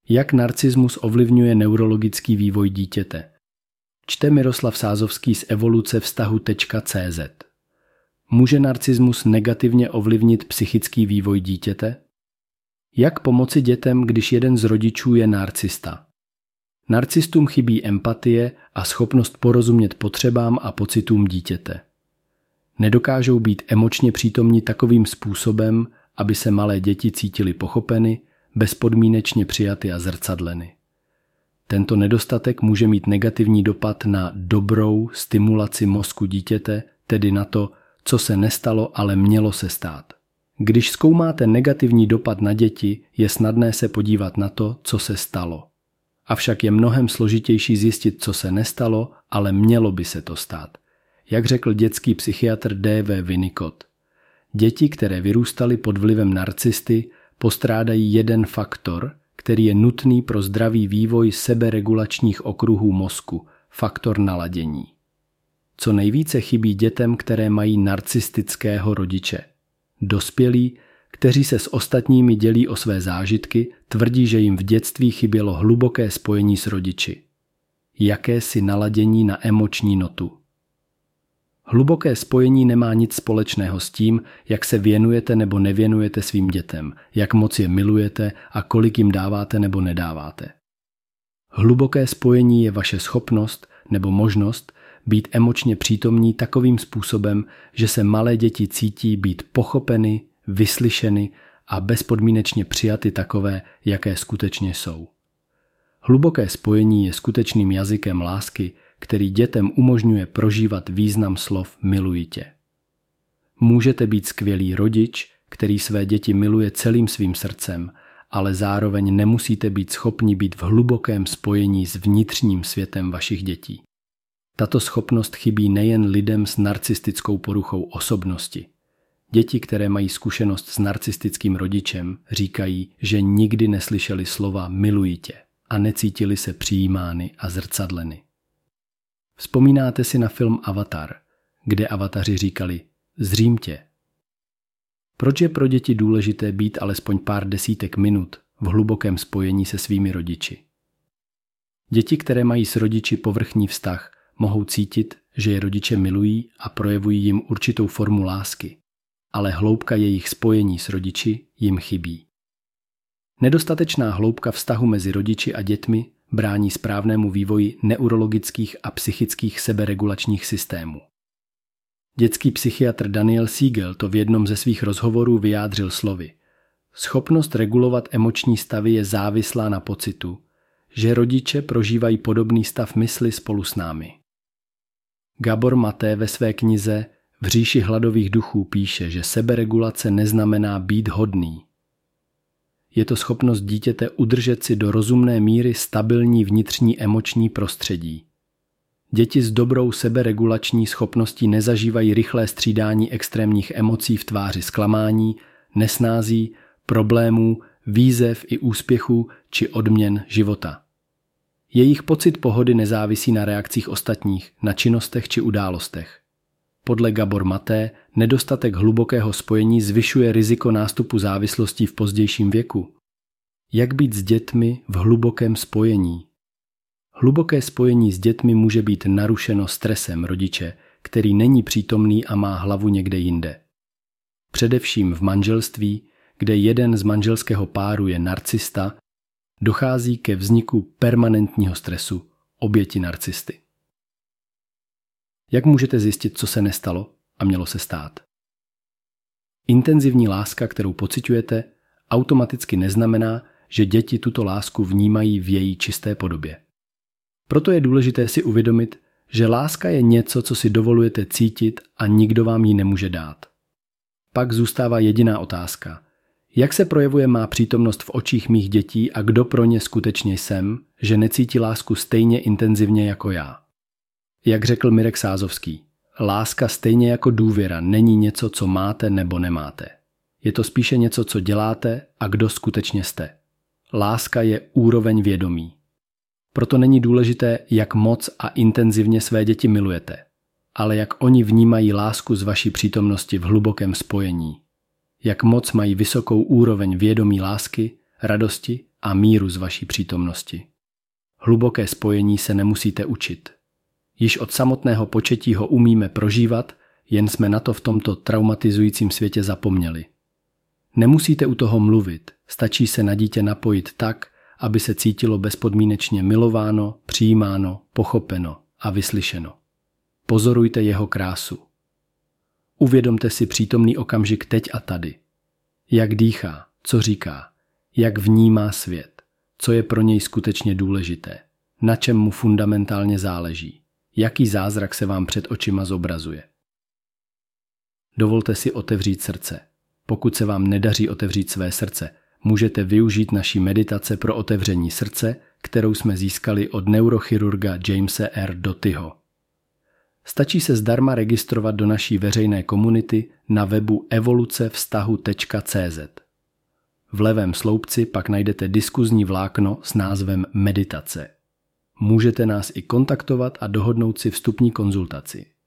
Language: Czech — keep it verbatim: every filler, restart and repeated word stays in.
Jak narcismus ovlivňuje neurologický vývoj dítěte? Čte Miroslav Sázovský z evoluce vztahu tečka cé zet. Může narcismus negativně ovlivnit psychický vývoj dítěte? Jak pomoci dětem, když jeden z rodičů je narcista? Narcistům chybí empatie a schopnost porozumět potřebám a pocitům dítěte. Nedokážou být emočně přítomní takovým způsobem, aby se malé děti cítily pochopeny, bezpodmínečně přijaty a zrcadleny. Tento nedostatek může mít negativní dopad na dobrou stimulaci mozku dítěte, tedy na to, co se nestalo, ale mělo se stát. Když zkoumáte negativní dopad na děti, je snadné se podívat na to, co se stalo. Avšak je mnohem složitější zjistit, co se nestalo, ale mělo by se to stát. Jak řekl dětský psychiatr D V Winnicott. Děti, které vyrůstaly pod vlivem narcisty, postrádají jeden faktor, který je nutný pro zdravý vývoj seberegulačních okruhů mozku, faktor naladění. Co nejvíce chybí dětem, které mají narcistického rodiče. Dospělí, kteří se s ostatními dělí o své zážitky, tvrdí, že jim v dětství chybělo hluboké spojení s rodiči. Jakési naladění na emoční notu. Hluboké spojení nemá nic společného s tím, jak se věnujete nebo nevěnujete svým dětem, jak moc je milujete a kolik jim dáváte nebo nedáváte. Hluboké spojení je vaše schopnost nebo možnost být emočně přítomní takovým způsobem, že se malé děti cítí být pochopeny, vyslyšeny a bezpodmínečně přijaty takové, jaké skutečně jsou. Hluboké spojení je skutečným jazykem lásky, který dětem umožňuje prožívat význam slov miluji tě. Můžete být skvělý rodič, který své děti miluje celým svým srdcem, ale zároveň nemusíte být schopni být v hlubokém spojení s vnitřním světem vašich dětí. Tato schopnost chybí nejen lidem s narcistickou poruchou osobnosti. Děti, které mají zkušenost s narcistickým rodičem, říkají, že nikdy neslyšeli slova miluji tě a necítili se přijímány a zrcadleny. Vzpomínáte si na film Avatar, kde avataři říkali zřím tě. Proč je pro děti důležité být alespoň pár desítek minut v hlubokém spojení se svými rodiči? Děti, které mají s rodiči povrchní vztah, mohou cítit, že je rodiče milují a projevují jim určitou formu lásky, ale hloubka jejich spojení s rodiči jim chybí. Nedostatečná hloubka vztahu mezi rodiči a dětmi brání správnému vývoji neurologických a psychických seberegulačních systémů. Dětský psychiatr Daniel Siegel to v jednom ze svých rozhovorů vyjádřil slovy: schopnost regulovat emoční stavy je závislá na pocitu, že rodiče prožívají podobný stav mysli spolu s námi. Gabor Maté ve své knize V říši hladových duchů píše, že seberegulace neznamená být hodný. Je to schopnost dítěte udržet si do rozumné míry stabilní vnitřní emoční prostředí. Děti s dobrou seberegulační schopností nezažívají rychlé střídání extrémních emocí v tváři zklamání, nesnází, problémů, výzev i úspěchů či odměn života. Jejich pocit pohody nezávisí na reakcích ostatních, na činnostech či událostech. Podle Gabor Maté nedostatek hlubokého spojení zvyšuje riziko nástupu závislostí v pozdějším věku. Jak být s dětmi v hlubokém spojení? Hluboké spojení s dětmi může být narušeno stresem rodiče, který není přítomný a má hlavu někde jinde. Především v manželství, kde jeden z manželského páru je narcista, dochází ke vzniku permanentního stresu oběti narcisty. Jak můžete zjistit, co se nestalo a mělo se stát? Intenzivní láska, kterou pociťujete, automaticky neznamená, že děti tuto lásku vnímají v její čisté podobě. Proto je důležité si uvědomit, že láska je něco, co si dovolujete cítit a nikdo vám ji nemůže dát. Pak zůstává jediná otázka. Jak se projevuje má přítomnost v očích mých dětí a kdo pro ně skutečně jsem, že necítí lásku stejně intenzivně jako já? Jak řekl Mirek Sázovský, láska stejně jako důvěra není něco, co máte nebo nemáte. Je to spíše něco, co děláte a kdo skutečně jste. Láska je úroveň vědomí. Proto není důležité, jak moc a intenzivně své děti milujete, ale jak oni vnímají lásku z vaší přítomnosti v hlubokém spojení. Jak moc mají vysokou úroveň vědomí lásky, radosti a míru z vaší přítomnosti. Hluboké spojení se nemusíte učit. Již od samotného početí ho umíme prožívat, jen jsme na to v tomto traumatizujícím světě zapomněli. Nemusíte u toho mluvit, stačí se na dítě napojit tak, aby se cítilo bezpodmínečně milováno, přijímáno, pochopeno a vyslyšeno. Pozorujte jeho krásu. Uvědomte si přítomný okamžik teď a tady. Jak dýchá, co říká, jak vnímá svět, co je pro něj skutečně důležité, na čem mu fundamentálně záleží, jaký zázrak se vám před očima zobrazuje. Dovolte si otevřít srdce. Pokud se vám nedaří otevřít své srdce, můžete využít naší meditace pro otevření srdce, kterou jsme získali od neurochirurga Jamese R. Dotyho. Stačí se zdarma registrovat do naší veřejné komunity na webu evoluce vztahu tečka cé zet. V levém sloupci pak najdete diskuzní vlákno s názvem Meditace. Můžete nás i kontaktovat a dohodnout si vstupní konzultaci.